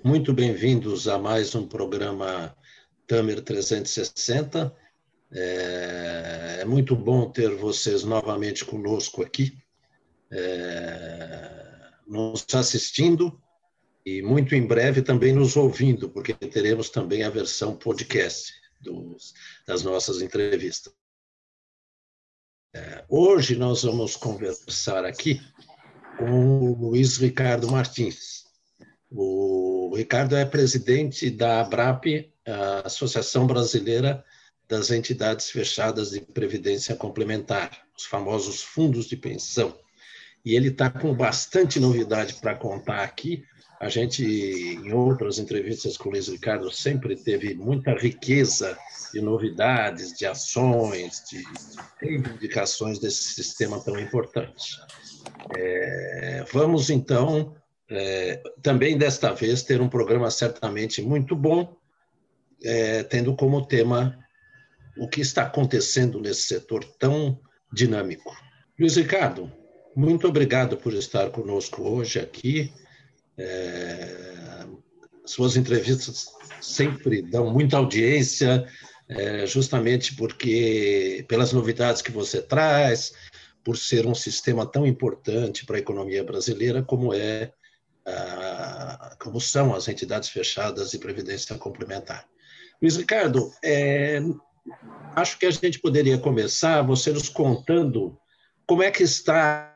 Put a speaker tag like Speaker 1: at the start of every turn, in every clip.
Speaker 1: muito bem-vindos a mais um programa Tamer 360. É muito bom ter vocês novamente conosco aqui, nos assistindo e muito em breve também nos ouvindo, porque teremos também a versão podcast das nossas entrevistas. Hoje nós vamos conversar aqui com o Luiz Ricardo Martins. O Ricardo é presidente da ABRAP, a Associação Brasileira das Entidades Fechadas de Previdência Complementar, os famosos fundos de pensão. E ele está com bastante novidade para contar aqui. A gente, em outras entrevistas com o Luiz Ricardo, sempre teve muita riqueza de novidades, de ações, de reivindicações desse sistema tão importante. Vamos, então, também desta vez ter um programa certamente muito bom, tendo como tema o que está acontecendo nesse setor tão dinâmico. Luiz Ricardo, muito obrigado por estar conosco hoje aqui. Suas entrevistas sempre dão muita audiência, justamente porque pelas novidades que você traz, por ser um sistema tão importante para a economia brasileira como são as entidades fechadas de previdência complementar. Luiz Ricardo, acho que a gente poderia começar você nos contando como é que está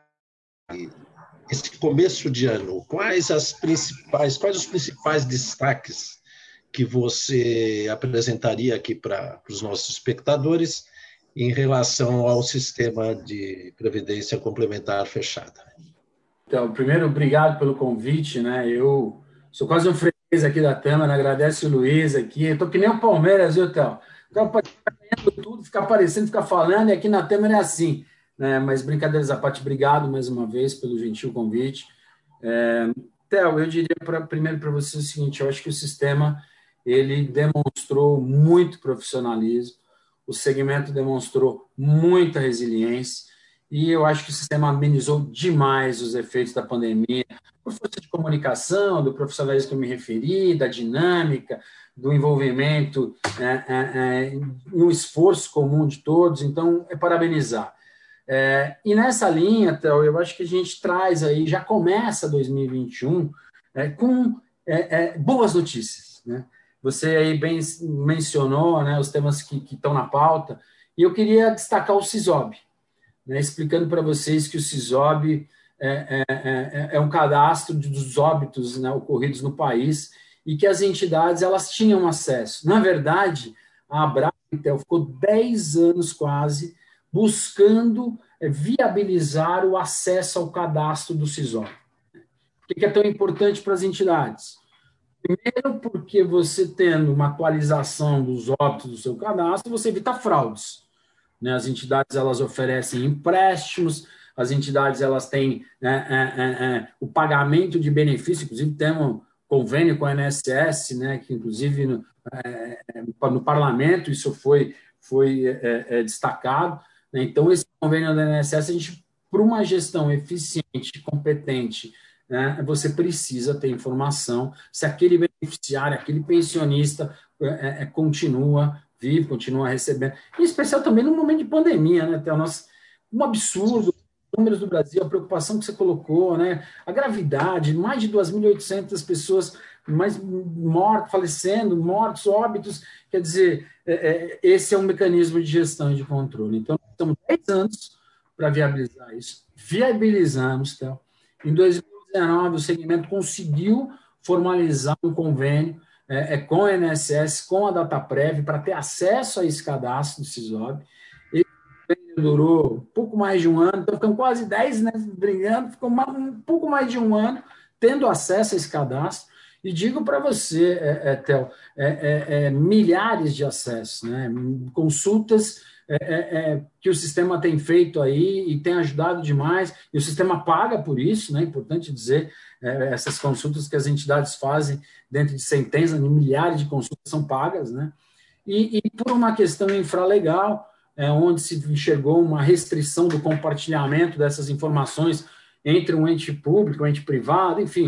Speaker 1: esse começo de ano, quais os principais destaques que você apresentaria aqui para os nossos espectadores em relação ao sistema de previdência complementar fechada.
Speaker 2: Então, primeiro, obrigado pelo convite, né? Eu sou quase um freguês aqui da Tamer, agradece o Luiz aqui. Eu estou que nem o Palmeiras, viu, Théo? Então, pode ficar ganhando tudo, ficar aparecendo, ficar falando, e aqui na Tamer é assim, né? Mas brincadeiras à parte, obrigado mais uma vez pelo gentil convite. Théo, eu diria primeiro para você o seguinte: eu acho que o sistema ele demonstrou muito profissionalismo, o segmento demonstrou muita resiliência, e eu acho que o sistema amenizou demais os efeitos da pandemia, por força de comunicação, do profissionalismo que eu me referi, da dinâmica, do envolvimento, um esforço comum de todos. Então, parabenizar. E nessa linha, Théo, eu acho que a gente traz aí, já começa 2021 com boas notícias, né? Você aí bem mencionou, né, os temas que estão na pauta, e eu queria destacar o SISOB, né, explicando para vocês que o SISOB é um cadastro dos óbitos, né, ocorridos no país, e que as entidades elas tinham acesso. Na verdade, a ABRAP ficou 10 anos quase buscando viabilizar o acesso ao cadastro do SISOB. Por que é tão importante para as entidades? Primeiro, porque você tendo uma atualização dos óbitos do seu cadastro, você evita fraudes, né? As entidades elas oferecem empréstimos, as entidades elas têm o pagamento de benefícios, inclusive temos um convênio com a INSS, né? Que inclusive no parlamento isso foi destacado, né? Então, esse convênio da INSS, a gente, para uma gestão eficiente, competente, né, você precisa ter informação se aquele beneficiário, aquele pensionista continua vivo, continua recebendo. Em especial também no momento de pandemia, né? Um absurdo, os números do Brasil, a preocupação que você colocou, né? A gravidade, mais de 2.800 pessoas falecendo, mortos, óbitos. Quer dizer, esse é um mecanismo de gestão e de controle. Então, nós estamos 10 anos para viabilizar isso. Viabilizamos, então. Em 2019, o segmento conseguiu formalizar um convênio com a INSS, com a Dataprev, para ter acesso a esse cadastro do SISOB. Esse convênio durou um pouco mais de um ano, então ficam quase 10, né, brigando, ficou um pouco mais de um ano tendo acesso a esse cadastro. E digo para você, Théo, milhares de acessos, né, consultas que o sistema tem feito aí e tem ajudado demais, e o sistema paga por isso, né? É importante dizer, essas consultas que as entidades fazem, dentro de centenas de milhares de consultas são pagas, né? E por uma questão infralegal, onde se enxergou uma restrição do compartilhamento dessas informações entre um ente público, um ente privado, enfim,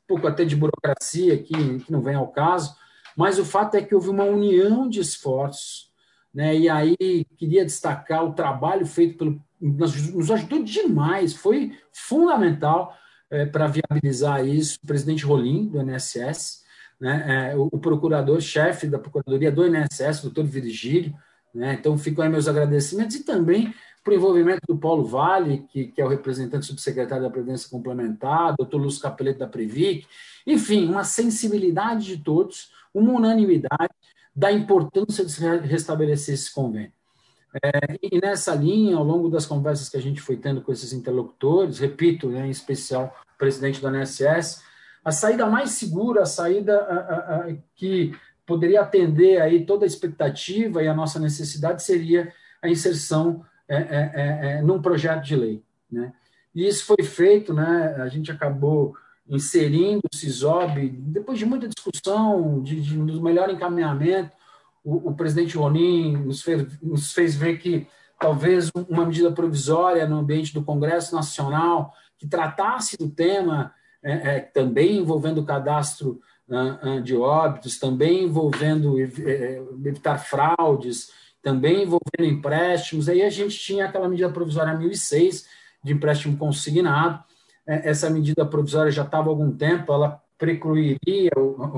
Speaker 2: pouco até de burocracia que não vem ao caso, mas o fato é que houve uma união de esforços, né? E aí queria destacar o trabalho feito nos ajudou demais, foi fundamental para viabilizar isso, o presidente Rolim, do INSS, né? O procurador-chefe da Procuradoria do INSS, doutor Virgílio, né? Então ficam aí meus agradecimentos, e também para o envolvimento do Paulo Vale, que é o representante subsecretário da Previdência Complementar, doutor Lúcio Capelleto da Previc, enfim, uma sensibilidade de todos, uma unanimidade da importância de se restabelecer esse convênio. E nessa linha, ao longo das conversas que a gente foi tendo com esses interlocutores, repito, né, em especial o presidente do INSS, a saída mais segura, a saída que poderia atender aí toda a expectativa e a nossa necessidade seria a inserção num projeto de lei, né? E isso foi feito, né? A gente acabou inserindo o CISOB, depois de muita discussão, do melhor encaminhamento. O presidente Rolim nos fez ver que talvez uma medida provisória no ambiente do Congresso Nacional que tratasse do tema, também envolvendo o cadastro de óbitos, também envolvendo evitar fraudes, também envolvendo empréstimos. Aí a gente tinha aquela medida provisória 1006 de empréstimo consignado. Essa medida provisória já estava há algum tempo, ela precluiria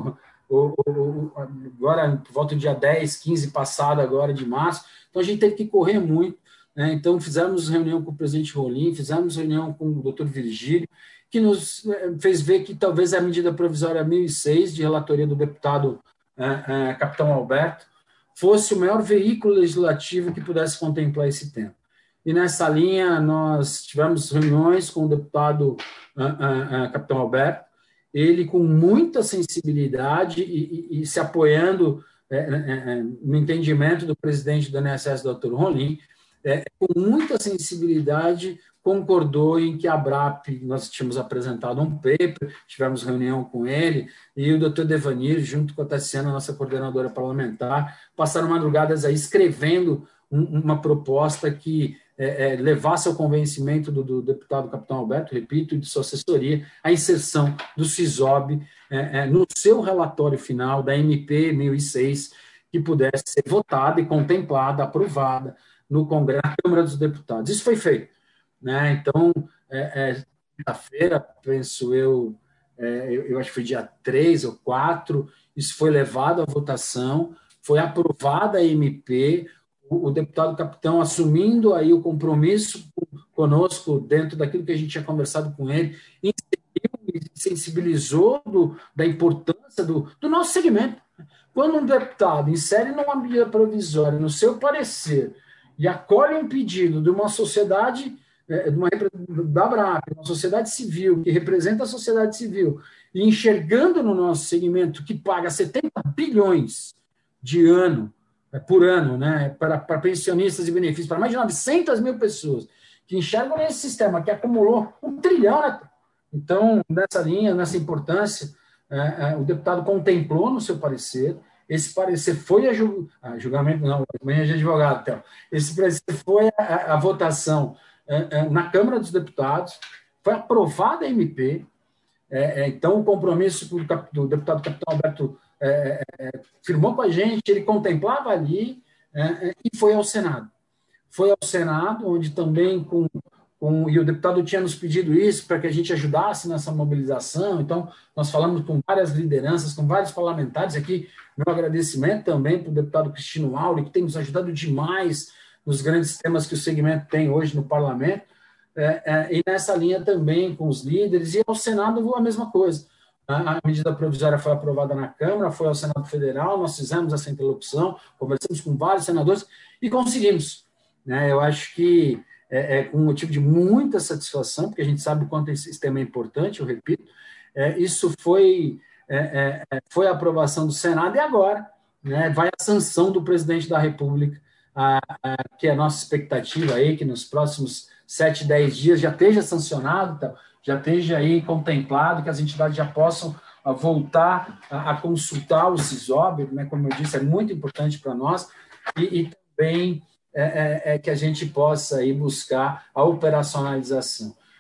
Speaker 2: agora, por volta do dia 10, 15 passado agora de março, então a gente teve que correr muito, né? Então fizemos reunião com o presidente Rolim, fizemos reunião com o doutor Virgílio, que nos fez ver que talvez a medida provisória 1006, de relatoria do deputado Capitão Alberto, fosse o maior veículo legislativo que pudesse contemplar esse tema. E nessa linha nós tivemos reuniões com o deputado Capitão Alberto, ele com muita sensibilidade e se apoiando no entendimento do presidente do INSS, doutor Rolim, com muita sensibilidade, concordou em que a ABRAP, nós tínhamos apresentado um paper, tivemos reunião com ele, e o doutor Devanir, junto com a Tassiana, nossa coordenadora parlamentar, passaram madrugadas aí escrevendo uma proposta que levasse ao convencimento do deputado Capitão Alberto, repito, e de sua assessoria, a inserção do CISOB no seu relatório final da MP 1006, que pudesse ser votada e contemplada, aprovada no Congresso, na Câmara dos Deputados. Isso foi feito, né? Então, quinta-feira, penso eu acho que foi dia 3 ou 4, isso foi levado à votação, foi aprovada a MP, o deputado Capitão assumindo aí o compromisso conosco dentro daquilo que a gente tinha conversado com ele, inseriu e sensibilizou da importância do nosso segmento. Quando um deputado insere numa medida provisória no seu parecer e acolhe um pedido de uma sociedade, da ABRAP, uma sociedade civil, que representa a sociedade civil, e enxergando no nosso segmento que paga 70 bilhões por ano, né, para pensionistas e benefícios, para mais de 900 mil pessoas, que enxergam nesse sistema que acumulou 1 trilhão. Né? Então, nessa linha, nessa importância, o deputado contemplou no seu parecer, esse parecer foi a julgamento, não, amanhã de advogado, então. Esse parecer foi a votação na Câmara dos Deputados, foi aprovada a MP, então o compromisso do deputado Capitão Alberto firmou com a gente, ele contemplava ali, e foi ao Senado. Foi ao Senado, onde também e o deputado tinha nos pedido isso para que a gente ajudasse nessa mobilização, então nós falamos com várias lideranças, com vários parlamentares aqui, meu agradecimento também para o deputado Cristino Auri, que tem nos ajudado demais nos grandes temas que o segmento tem hoje no parlamento, e nessa linha também com os líderes, e ao Senado a mesma coisa. A medida provisória foi aprovada na Câmara, foi ao Senado Federal, nós fizemos essa interlocução, conversamos com vários senadores e conseguimos. Né? Eu acho que com um motivo de muita satisfação, porque a gente sabe o quanto esse tema é importante, eu repito, isso foi a aprovação do Senado e agora, né, vai a sanção do presidente da República, que é a nossa expectativa aí, que nos próximos 7, 10 dias já esteja sancionado, então, já esteja aí contemplado, que as entidades já possam voltar a consultar o CISOB, né, como eu disse, é muito importante para nós, e também que a gente possa aí buscar a operacionalização.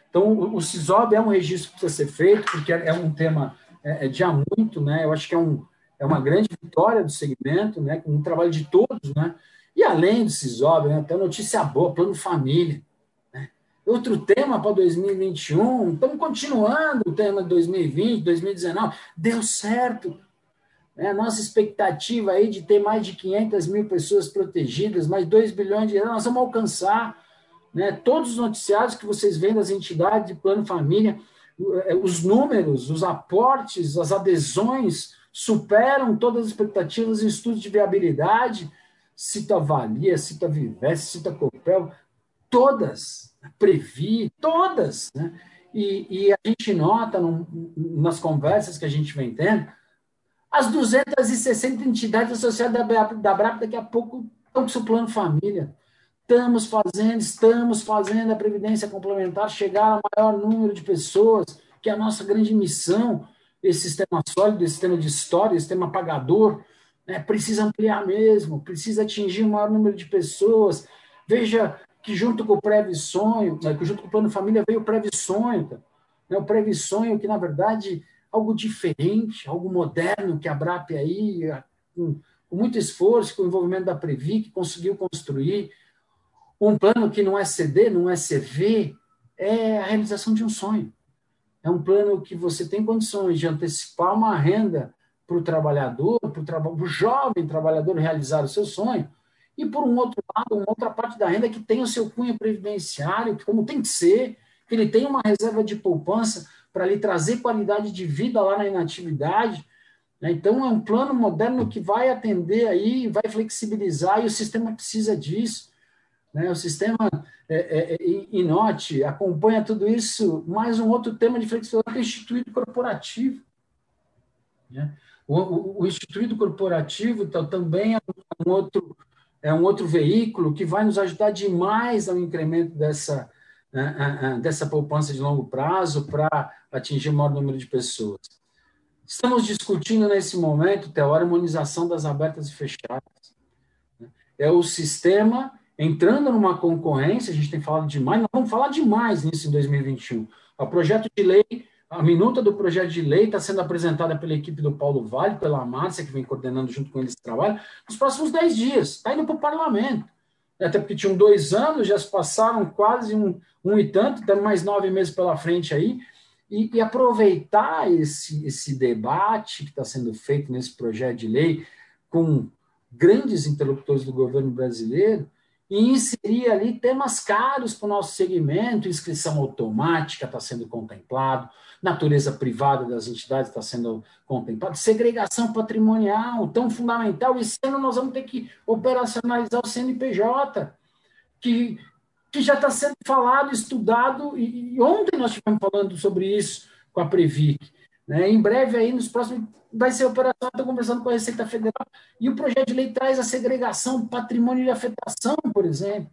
Speaker 2: Então, o CISOB é um registro que precisa ser feito, porque é um tema de há muito, né? Eu acho que é uma grande vitória do segmento, né? Com um trabalho de todos, né? E além do CISOB, né? Tem notícia boa, Plano Família. Né? Outro tema para 2021, estamos continuando o tema de 2020, 2019, deu certo. A nossa expectativa aí de ter mais de 500 mil pessoas protegidas, mais 2 bilhões de reais, nós vamos alcançar, né? Todos os noticiários que vocês veem das entidades de Plano Família, os números, os aportes, as adesões superam todas as expectativas em estudos de viabilidade, Cita Avalia, Cita Vivesse, Cita Copel, todas, Previ, todas, né? E a gente nota nas conversas que a gente vem tendo, as 260 entidades associadas da BRAP daqui a pouco estão com o seu Plano Família. Estamos fazendo a Previdência Complementar chegar ao maior número de pessoas, que é a nossa grande missão. Esse sistema sólido, esse sistema de história, esse sistema pagador, né, precisa ampliar mesmo, precisa atingir o maior número de pessoas. Veja que junto com o Previ-Sonho, né, que junto com o Plano Família veio o Previ-Sonho, né, o Previ-Sonho que, na verdade, algo diferente, algo moderno que a BRAP aí, com muito esforço, com o envolvimento da Previ, que conseguiu construir um plano que não é CD, não é CV, é a realização de um sonho. É um plano que você tem condições de antecipar uma renda para o trabalhador, para o jovem trabalhador realizar o seu sonho, e, por um outro lado, uma outra parte da renda que tem o seu cunho previdenciário, como tem que ser, que ele tem uma reserva de poupança para lhe trazer qualidade de vida lá na inatividade. Então, é um plano moderno que vai atender aí, vai flexibilizar, e o sistema precisa disso. O sistema INOT acompanha tudo isso, mais um outro tema de flexibilidade, que é o instituído corporativo. O instituído corporativo também é um outro veículo que vai nos ajudar demais ao incremento dessa poupança de longo prazo para atingir o maior número de pessoas. Estamos discutindo nesse momento, Theo, a harmonização das abertas e fechadas. É o sistema entrando numa concorrência, a gente tem falado demais, nós vamos falar demais nisso em 2021. O projeto de lei, a minuta do projeto de lei está sendo apresentada pela equipe do Paulo Vale, pela Márcia, que vem coordenando junto com eles esse trabalho, nos próximos 10 dias, está indo para o parlamento. Até porque tinham 2 anos, já se passaram quase um e tanto, temos mais 9 meses pela frente aí, e aproveitar esse debate que está sendo feito nesse projeto de lei com grandes interlocutores do governo brasileiro, e inserir ali temas caros para o nosso segmento, inscrição automática está sendo contemplado, natureza privada das entidades está sendo contemplado, segregação patrimonial, tão fundamental. Esse ano nós vamos ter que operacionalizar o CNPJ, que já está sendo falado, estudado, e ontem nós estivemos falando sobre isso com a Previc. Em breve, aí, nos próximos, vai ser operacional, estou conversando com a Receita Federal, e o projeto de lei traz a segregação, patrimônio de afetação, por exemplo.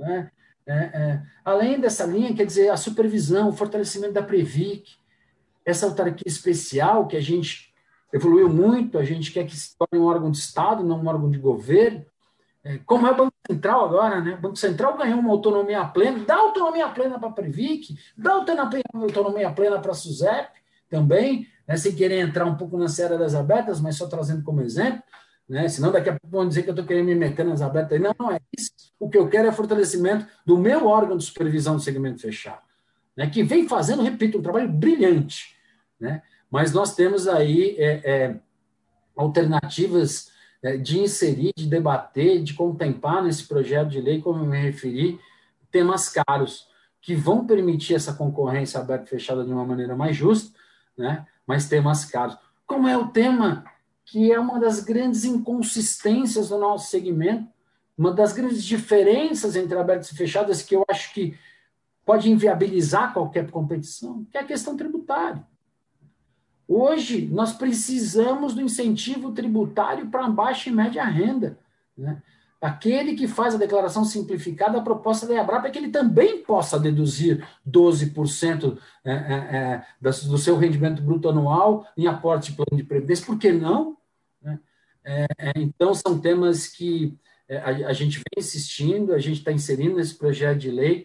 Speaker 2: Além dessa linha, quer dizer, a supervisão, o fortalecimento da Previc, essa autarquia especial que a gente evoluiu muito, a gente quer que se torne um órgão de Estado, não um órgão de governo, como é o Banco Central agora, né? O Banco Central ganhou uma autonomia plena, dá autonomia plena para a Previc, dá autonomia plena para a SUSEP também, né? Sem querer entrar um pouco na seara das abertas, mas só trazendo como exemplo, né? Senão daqui a pouco vão dizer que eu estou querendo me meter nas abertas. Não é isso. O que eu quero é fortalecimento do meu órgão de supervisão do segmento fechado, né? Que vem fazendo, repito, um trabalho brilhante, né? Mas nós temos aí alternativas de inserir, de debater, de contemplar nesse projeto de lei, como eu me referi, temas caros, que vão permitir essa concorrência aberta e fechada de uma maneira mais justa, né? Mas temas caros. Como é o tema que é uma das grandes inconsistências do nosso segmento, uma das grandes diferenças entre abertas e fechadas, que eu acho que pode inviabilizar qualquer competição, que é a questão tributária. Hoje, nós precisamos do incentivo tributário para baixa e média renda, né? Aquele que faz a declaração simplificada, a proposta da EABRAP é que ele também possa deduzir 12% do seu rendimento bruto anual em aporte de plano de previdência. Por que não? Então, são temas que a gente vem insistindo, a gente está inserindo nesse projeto de lei,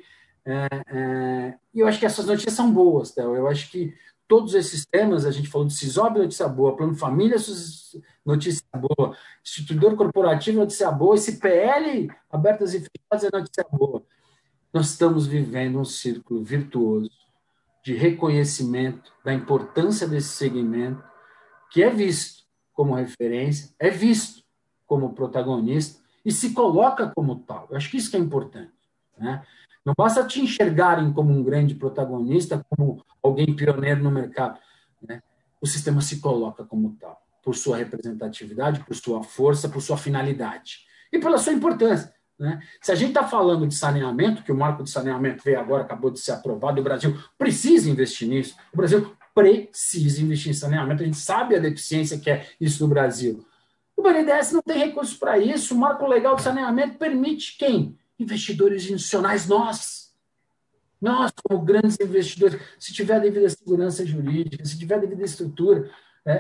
Speaker 2: E eu acho que essas notícias são boas, Théo. Eu acho que todos esses temas, a gente falou de CISOB, notícia boa, Plano Família, notícia boa, Instituidor Corporativo, notícia boa, esse PL, abertas e fechadas, é notícia boa. Nós estamos vivendo um círculo virtuoso de reconhecimento da importância desse segmento, que é visto como referência, é visto como protagonista e se coloca como tal. Eu acho que isso que é importante, né? Não basta te enxergarem como um grande protagonista, como alguém pioneiro no mercado, né? O sistema se coloca como tal, por sua representatividade, por sua força, por sua finalidade e pela sua importância, né? Se a gente está falando de saneamento, que o marco de saneamento veio agora, acabou de ser aprovado, o Brasil precisa investir nisso, o Brasil precisa investir em saneamento, a gente sabe a deficiência que é isso no Brasil. O BNDES não tem recursos para isso, o marco legal de saneamento permite quem? Investidores institucionais, nós, como grandes investidores, se tiver a devida segurança jurídica, se tiver a devida estrutura,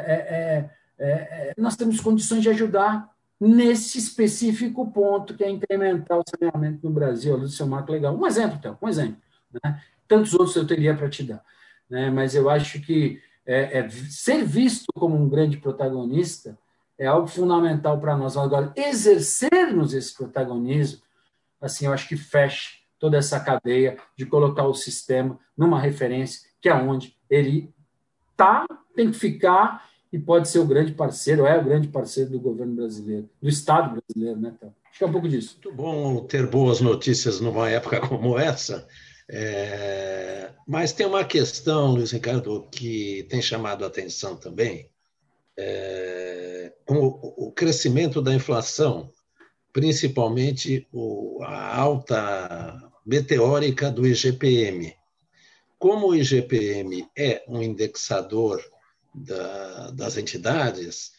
Speaker 2: nós temos condições de ajudar nesse específico ponto, que é incrementar o saneamento no Brasil, a luz do seu marco legal. Um exemplo, Théo, um exemplo, né? Tantos outros eu teria para te dar, né? Mas eu acho que ser visto como um grande protagonista é algo fundamental para nós. Agora, exercermos esse protagonismo, assim, eu acho que fecha toda essa cadeia de colocar o sistema numa referência que é onde ele tem que ficar e pode ser o grande parceiro, é o grande parceiro do governo brasileiro, do Estado brasileiro, né, Théo? Acho que é um pouco disso.
Speaker 1: Muito bom ter boas notícias numa época como essa. Mas tem uma questão, Luiz Ricardo, que tem chamado a atenção também, com o crescimento da inflação, principalmente a alta meteórica do IGPM. Como o IGPM é um indexador das entidades,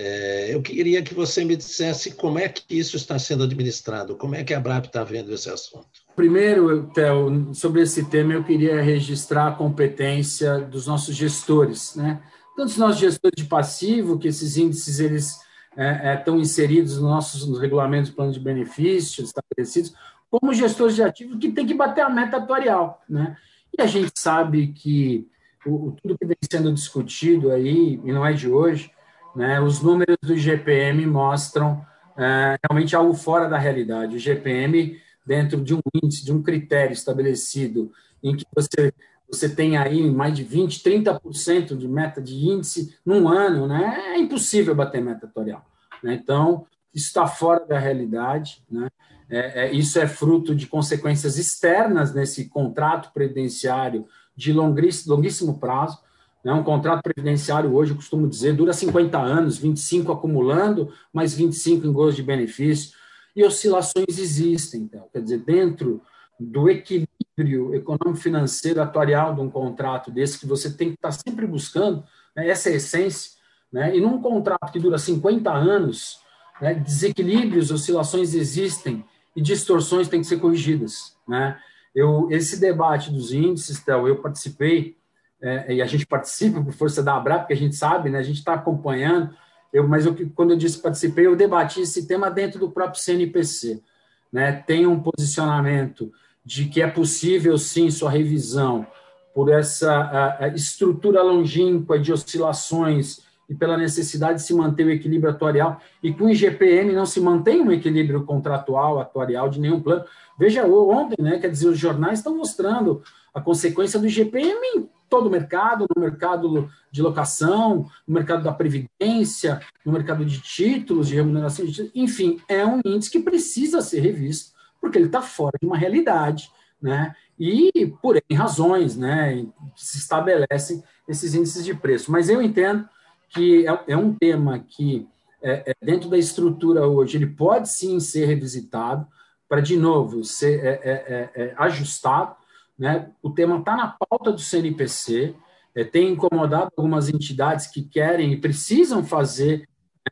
Speaker 1: eu queria que você me dissesse como é que isso está sendo administrado, como é que a ABRAP está vendo esse assunto.
Speaker 2: Primeiro, Théo, sobre esse tema, eu queria registrar a competência dos nossos gestores, né? Tanto os nossos gestores de passivo, que esses índices eles estão inseridos nos regulamentos do plano de benefícios estabelecidos, como gestores de ativo que tem que bater a meta atuarial, né? E a gente sabe que tudo que vem sendo discutido aí, e não é de hoje, né, os números do IGPM mostram realmente algo fora da realidade. O IGPM, dentro de um índice, de um critério estabelecido, em que você tem aí mais de 20%, 30% de meta de índice num ano, né, é impossível bater meta atuarial, né? Então, isso está fora da realidade, né? Isso é fruto de consequências externas nesse contrato previdenciário de longuíssimo prazo, né? Um contrato previdenciário hoje, eu costumo dizer, dura 50 anos, 25 acumulando, mais 25 em gozo de benefício, e oscilações existem. Então, quer dizer, dentro do equilíbrio econômico-financeiro atuarial de um contrato desse, que você tem que estar sempre buscando, né? Essa é a essência, né? E num contrato que dura 50 anos, né, desequilíbrios, oscilações existem, e distorções têm que ser corrigidas, né? Esse debate dos índices, Théo, eu participei, e a gente participa por força da ABRAP, porque a gente sabe, né, a gente está acompanhando, quando eu disse participei, eu debati esse tema dentro do próprio CNPC, né? Tem um posicionamento de que é possível, sim, sua revisão por essa estrutura longínqua de oscilações e pela necessidade de se manter o equilíbrio atuarial, e com o IGPM não se mantém um equilíbrio contratual, atuarial de nenhum plano. Veja, ontem, né, quer dizer, os jornais estão mostrando a consequência do IGPM em todo o mercado, no mercado de locação, no mercado da previdência, no mercado de títulos, de remuneração de títulos, enfim, é um índice que precisa ser revisto, porque ele está fora de uma realidade, né? E por N razões, né, se estabelecem esses índices de preço. Mas eu entendo que é um tema que, dentro da estrutura hoje, ele pode sim ser revisitado para, de novo, ser ajustado, né? O tema está na pauta do CNPC, tem incomodado algumas entidades que querem e precisam fazer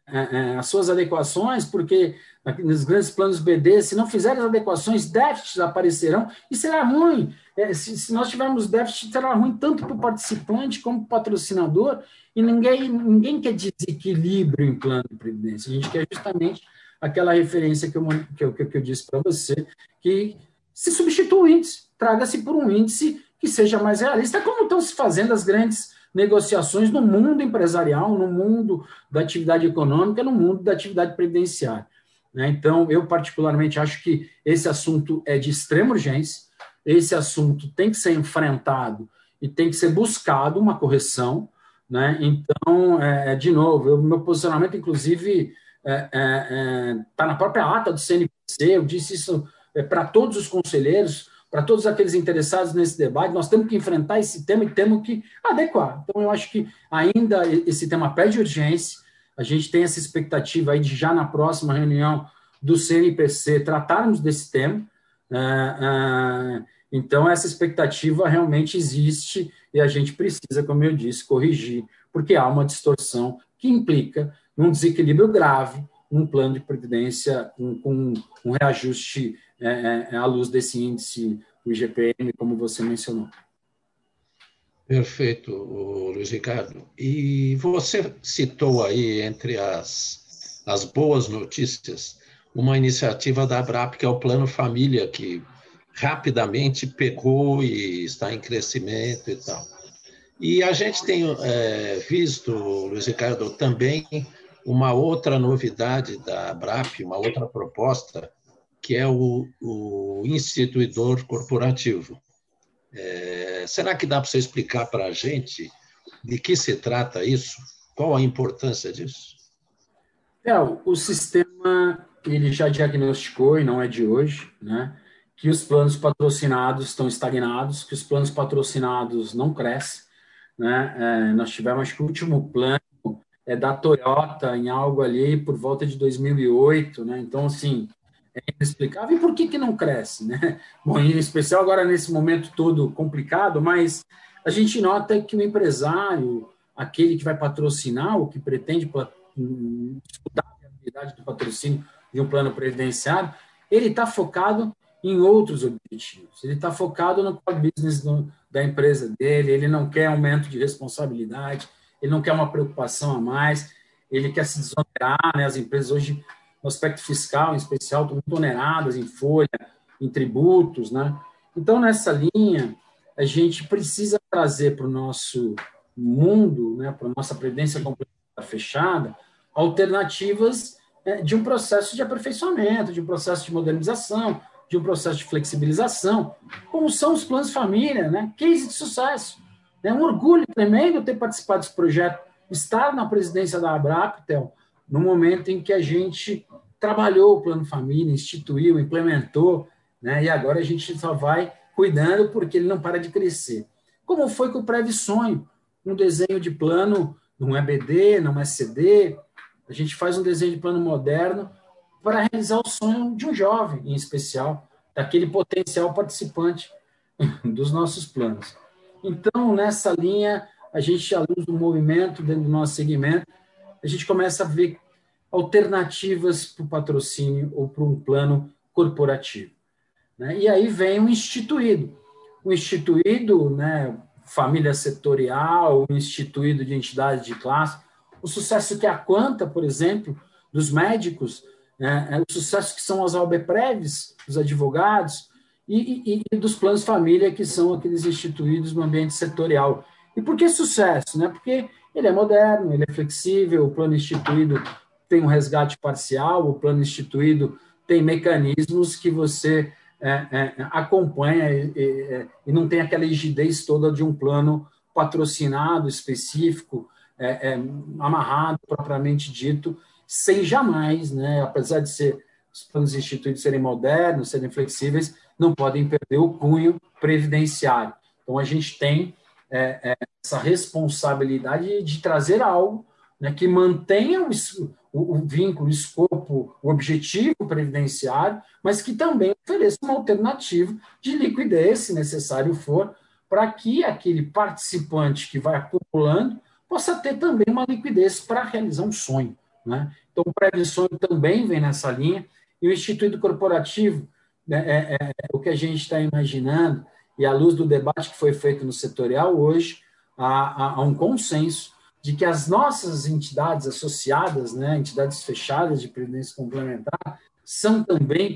Speaker 2: as suas adequações, porque nos grandes planos BD, se não fizerem as adequações, déficits aparecerão e será ruim. Se nós tivermos déficit, será ruim tanto para o participante como para o patrocinador, e ninguém quer desequilíbrio em plano de previdência. A gente quer justamente aquela referência que eu disse para você, que se substitua o índice, traga-se por um índice que seja mais realista, como estão se fazendo as grandes negociações no mundo empresarial, no mundo da atividade econômica, no mundo da atividade previdenciária. Então, eu particularmente acho que esse assunto é de extrema urgência, esse assunto tem que ser enfrentado e tem que ser buscado uma correção, né? Então, de novo, meu posicionamento, inclusive, está na própria ata do CNPC, eu disse isso para todos os conselheiros, para todos aqueles interessados nesse debate, nós temos que enfrentar esse tema e temos que adequar. Então, eu acho que ainda esse tema pede urgência, a gente tem essa expectativa aí de já na próxima reunião do CNPC tratarmos desse tema. Então, essa expectativa realmente existe e a gente precisa, como eu disse, corrigir, porque há uma distorção que implica um desequilíbrio grave num plano de previdência com um reajuste à luz desse índice, o IGPM, como você mencionou.
Speaker 1: Perfeito, Luiz Ricardo. E você citou aí, entre as boas notícias, uma iniciativa da ABRAP, que é o Plano Família, que rapidamente pegou e está em crescimento e tal. E a gente tem visto, Luiz Ricardo, também uma outra novidade da ABRAP, uma outra proposta, que é o instituidor corporativo. Será que dá para você explicar para a gente de que se trata isso? Qual a importância disso?
Speaker 2: O sistema ele já diagnosticou, e não é de hoje, né, que os planos patrocinados estão estagnados, que os planos patrocinados não crescem. Né? Nós tivemos, acho que o último plano da Toyota em algo ali por volta de 2008. Né? Então, assim, é inexplicável. E por que não cresce? Né? Bom, em especial agora nesse momento todo complicado, mas a gente nota que o empresário, aquele que vai patrocinar, ou que pretende estudar a viabilidade do patrocínio de um plano previdenciário, ele está focado em outros objetivos. Ele está focado no core business da empresa dele, ele não quer aumento de responsabilidade, ele não quer uma preocupação a mais, ele quer se desonerar. Né? As empresas hoje, no aspecto fiscal, em especial, estão muito oneradas em folha, em tributos. Né? Então, nessa linha, a gente precisa trazer para o nosso mundo, né, para a nossa previdência complementar fechada, alternativas de um processo de aperfeiçoamento, de um processo de modernização, de um processo de flexibilização, como são os planos família, né? Case de sucesso. É um orgulho tremendo ter participado desse projeto, estar na presidência da ABRAP, Theo, no momento em que a gente trabalhou o plano família, instituiu, implementou, né? E agora a gente só vai cuidando porque ele não para de crescer. Como foi com o Previsonho, um desenho de plano, num EBD, num SCD, a gente faz um desenho de plano moderno para realizar o sonho de um jovem, em especial, daquele potencial participante dos nossos planos. Então, nessa linha, a gente, à luz do movimento, dentro do nosso segmento, a gente começa a ver alternativas para o patrocínio ou para um plano corporativo. Né? E aí vem o instituído. O instituído, né, família setorial, o instituído de entidade de classe, o sucesso que a Quanta, por exemplo, dos médicos, o sucesso que são as AOBPREVs, dos advogados, e dos planos família, que são aqueles instituídos no ambiente setorial. E por que sucesso? Né? Porque ele é moderno, ele é flexível, o plano instituído tem um resgate parcial, o plano instituído tem mecanismos que você acompanha e não tem aquela rigidez toda de um plano patrocinado, específico, amarrado, propriamente dito, sem jamais, né, apesar de os planos instituídos serem modernos, serem flexíveis, não podem perder o cunho previdenciário. Então, a gente tem essa responsabilidade de trazer algo, né, que mantenha o vínculo, o escopo, o objetivo previdenciário, mas que também ofereça uma alternativa de liquidez, se necessário for, para que aquele participante que vai acumulando possa ter também uma liquidez para realizar um sonho. Né? Então, o Previsonho também vem nessa linha, e o instituído corporativo, o que a gente está imaginando, e à luz do debate que foi feito no setorial hoje, há um consenso de que as nossas entidades associadas, né, entidades fechadas de previdência complementar, são também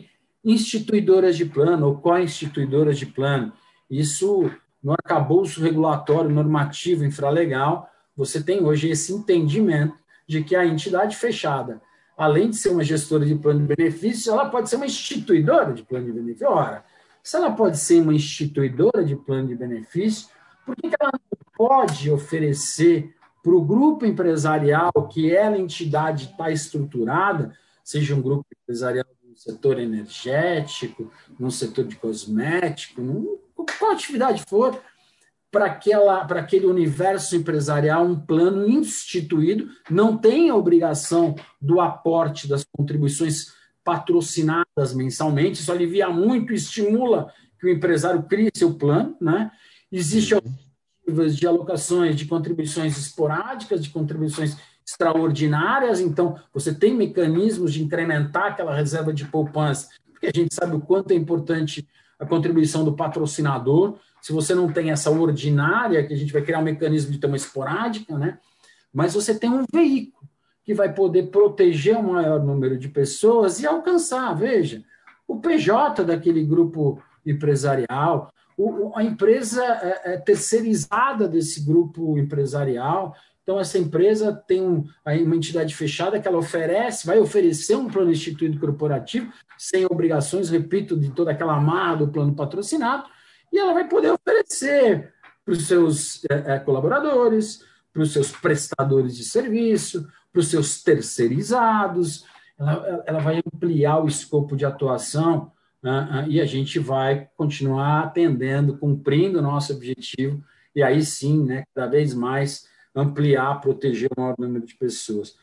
Speaker 2: instituidoras de plano ou co-instituidoras de plano. Isso, no arcabouço regulatório normativo infralegal, você tem hoje esse entendimento de que a entidade fechada, além de ser uma gestora de plano de benefícios, ela pode ser uma instituidora de plano de benefício. Ora, se ela pode ser uma instituidora de plano de benefício, por que ela não pode oferecer para o grupo empresarial que ela, entidade, está estruturada, seja um grupo empresarial no setor energético, no setor de cosmético, qual atividade for, para aquele universo empresarial, um plano instituído, não tem a obrigação do aporte das contribuições patrocinadas mensalmente, isso alivia muito, estimula que o empresário crie seu plano, né? Existem alternativas de alocações de contribuições esporádicas, de contribuições extraordinárias, então você tem mecanismos de incrementar aquela reserva de poupança, porque a gente sabe o quanto é importante a contribuição do patrocinador. Se você não tem essa ordinária, que a gente vai criar um mecanismo de ter uma esporádica, né? Mas você tem um veículo que vai poder proteger o maior número de pessoas e alcançar, veja, o PJ daquele grupo empresarial, a empresa terceirizada desse grupo empresarial. Então, essa empresa tem uma entidade fechada que ela vai oferecer um plano instituído corporativo, sem obrigações, repito, de toda aquela amarra do plano patrocinado, e ela vai poder oferecer para os seus colaboradores, para os seus prestadores de serviço, para os seus terceirizados. Ela vai ampliar o escopo de atuação, e a gente vai continuar atendendo, cumprindo o nosso objetivo, e aí sim, né, cada vez mais ampliar, proteger o maior número de pessoas.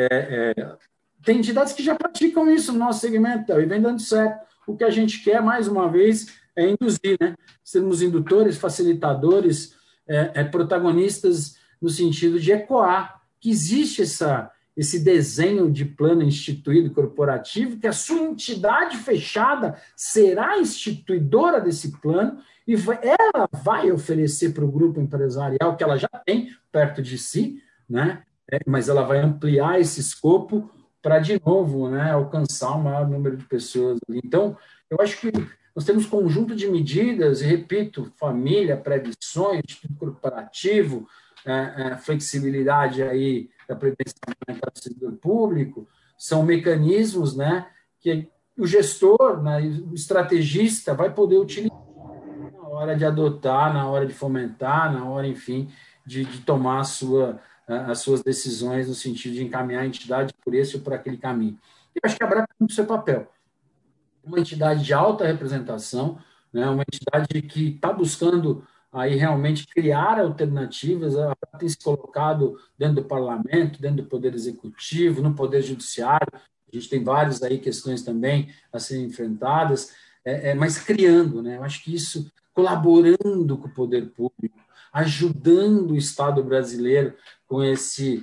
Speaker 2: Tem entidades que já praticam isso no nosso segmento, e vem dando certo. O que a gente quer, mais uma vez, é induzir, né? Sermos indutores, facilitadores, protagonistas no sentido de ecoar que existe esse desenho de plano instituído corporativo, que a sua entidade fechada será instituidora desse plano e ela vai oferecer para o grupo empresarial, que ela já tem perto de si, né? Mas ela vai ampliar esse escopo para, de novo, né, alcançar o maior número de pessoas. Então, eu acho que nós temos um conjunto de medidas, e repito, família, previsões, instituto corporativo, flexibilidade aí da previdência complementar do setor público, são mecanismos, né, que o gestor, né, o estrategista vai poder utilizar na hora de adotar, na hora de fomentar, na hora, enfim, de tomar as suas decisões no sentido de encaminhar a entidade por esse ou por aquele caminho. Eu acho que a ABRAP cumpre o seu papel. Uma entidade de alta representação, né, uma entidade que está buscando aí realmente criar alternativas. Ela tem se colocado dentro do parlamento, dentro do poder executivo, no poder judiciário. A gente tem várias aí questões também a serem enfrentadas, mas criando, né? Eu acho que isso, colaborando com o poder público, ajudando o Estado brasileiro com esses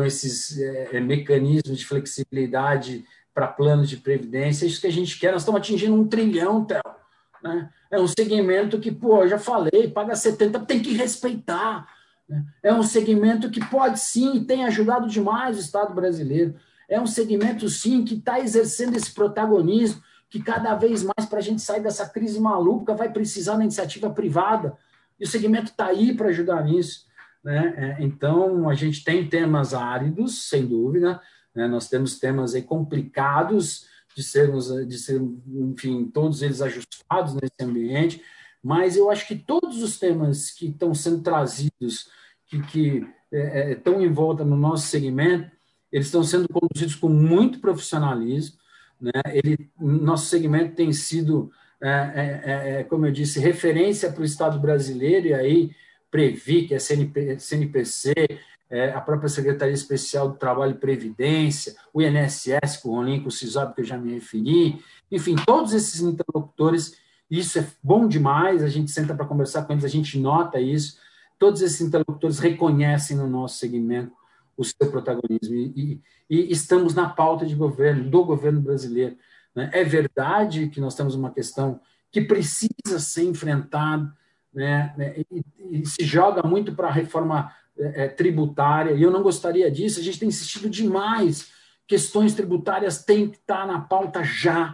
Speaker 2: mecanismos de flexibilidade para planos de previdência, é isso que a gente quer. Nós estamos atingindo 1 trilhão, Theo, né? É um segmento que, eu já falei, paga 70, tem que respeitar. Né? É um segmento que pode sim, tem ajudado demais o Estado brasileiro. É um segmento, sim, que está exercendo esse protagonismo, que cada vez mais, para a gente sair dessa crise maluca, vai precisar da iniciativa privada. E o segmento está aí para ajudar nisso. Né? Então, a gente tem temas áridos, sem dúvida, né? Nós temos temas aí complicados de ser, enfim, todos eles ajustados nesse ambiente, mas eu acho que todos os temas que estão sendo trazidos, que estão em volta no nosso segmento, eles estão sendo conduzidos com muito profissionalismo, né? Nosso segmento tem sido, como eu disse, referência para o Estado brasileiro, e aí Previ, que é CNPC, a própria Secretaria Especial do Trabalho e Previdência, o INSS, com o Rolim, com o CISOB, que eu já me referi, enfim, todos esses interlocutores, isso é bom demais, a gente senta para conversar com eles, a gente nota isso, todos esses interlocutores reconhecem no nosso segmento o seu protagonismo, e estamos na pauta de governo, do governo brasileiro. Né? É verdade que nós temos uma questão que precisa ser enfrentada, né? E se joga muito para a reforma tributária, e eu não gostaria disso. A gente tem insistido demais, questões tributárias têm que estar na pauta já,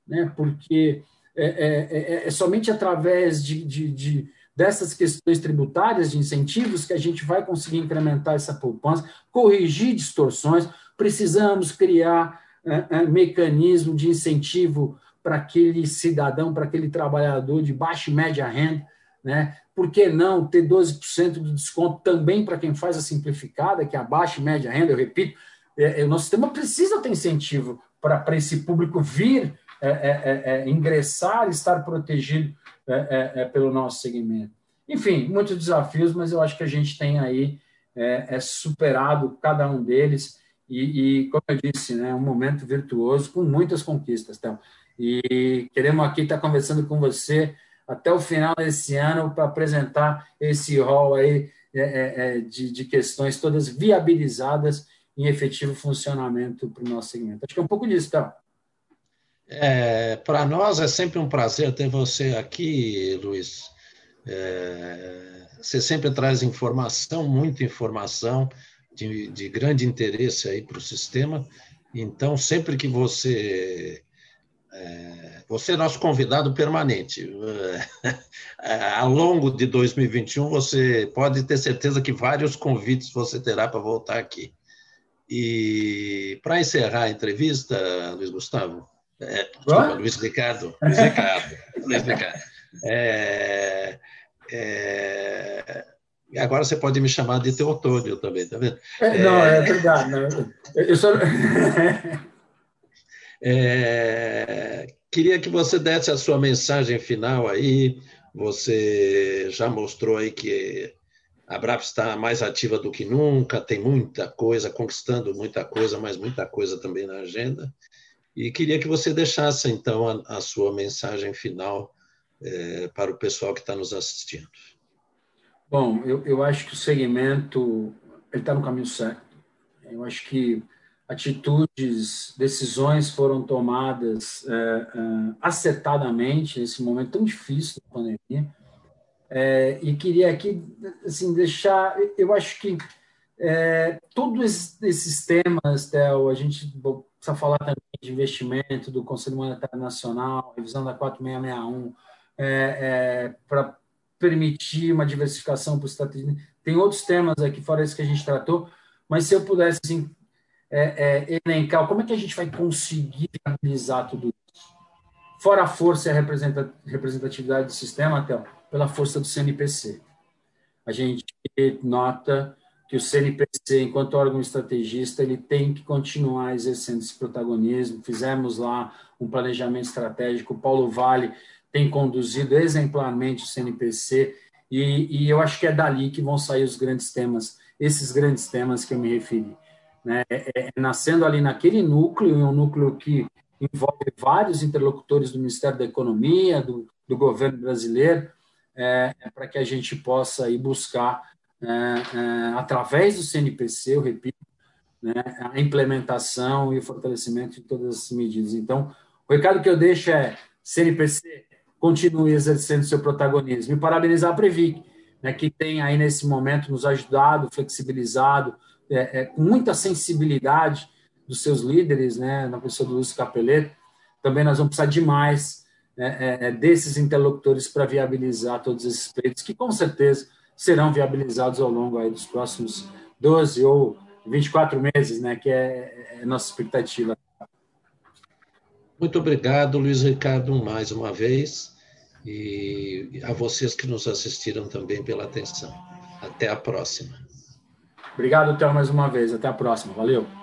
Speaker 2: né? Porque é somente através dessas questões tributárias, de incentivos, que a gente vai conseguir incrementar essa poupança, corrigir distorções. Precisamos criar mecanismo de incentivo para aquele cidadão, para aquele trabalhador de baixa e média renda, né? Por que não ter 12% de desconto também para quem faz a simplificada, que é a baixa e média renda? Eu repito, o nosso sistema precisa ter incentivo para esse público vir ingressar, estar protegido pelo nosso segmento. Enfim, muitos desafios, mas eu acho que a gente tem aí superado cada um deles e, como eu disse, né, um momento virtuoso com muitas conquistas. Então, e queremos aqui estar conversando com você até o final desse ano para apresentar esse rol aí de questões todas viabilizadas em efetivo funcionamento para o nosso segmento. Acho que é um pouco disso, tá?
Speaker 1: Para nós é sempre um prazer ter você aqui, Luiz. Você sempre traz informação, muita informação, de grande interesse aí para o sistema. Então, sempre que você é nosso convidado permanente. Ao longo de 2021, você pode ter certeza que vários convites você terá para voltar aqui. E, para encerrar a entrevista, Luiz Gustavo, desculpa, Luiz Ricardo. Agora você pode me chamar de Teotônio também, tá vendo?
Speaker 2: Não, é verdade. Não. Eu só...
Speaker 1: Queria que você desse a sua mensagem final aí. Você já mostrou aí que a BRAP está mais ativa do que nunca, tem muita coisa, conquistando muita coisa, mas muita coisa também na agenda. E queria que você deixasse, então, a sua mensagem final para o pessoal que está nos assistindo.
Speaker 2: Bom, eu acho que o segmento está no caminho certo. Eu acho que atitudes, decisões foram tomadas acertadamente nesse momento tão difícil da pandemia. E queria aqui assim, deixar... Eu acho que todos esses temas, Theo, a gente precisa falar também de investimento, do Conselho Monetário Nacional, revisão da 4661, para permitir uma diversificação para o estratégia. Tem outros temas aqui, fora esse que a gente tratou, mas se eu pudesse assim, elencar como é que a gente vai conseguir viabilizar tudo isso. Fora a força e a representatividade do sistema, Theo, pela força do CNPC. A gente nota que o CNPC, enquanto órgão estrategista, ele tem que continuar exercendo esse protagonismo. Fizemos lá um planejamento estratégico, o Paulo Vale tem conduzido exemplarmente o CNPC, e eu acho que é dali que vão sair os grandes temas, esses grandes temas que eu me referi. Né? Nascendo ali naquele núcleo, um núcleo que envolve vários interlocutores do Ministério da Economia, do governo brasileiro, para que a gente possa ir buscar, através do CNPC, eu repito, né, a implementação e o fortalecimento de todas as medidas. Então, o recado que eu deixo é: CNPC, continue exercendo seu protagonismo. E parabenizar a Previc, né, que tem aí nesse momento nos ajudado, flexibilizado, com muita sensibilidade dos seus líderes, né, na pessoa do Lúcio Capelleto. Também nós vamos precisar demais desses interlocutores para viabilizar todos esses pleitos, que com certeza serão viabilizados ao longo aí dos próximos 12 ou 24 meses, né, que é a nossa expectativa.
Speaker 1: Muito obrigado, Luiz Ricardo, mais uma vez, e a vocês que nos assistiram também pela atenção. Até a próxima.
Speaker 2: Obrigado, Theo, mais uma vez. Até a próxima. Valeu.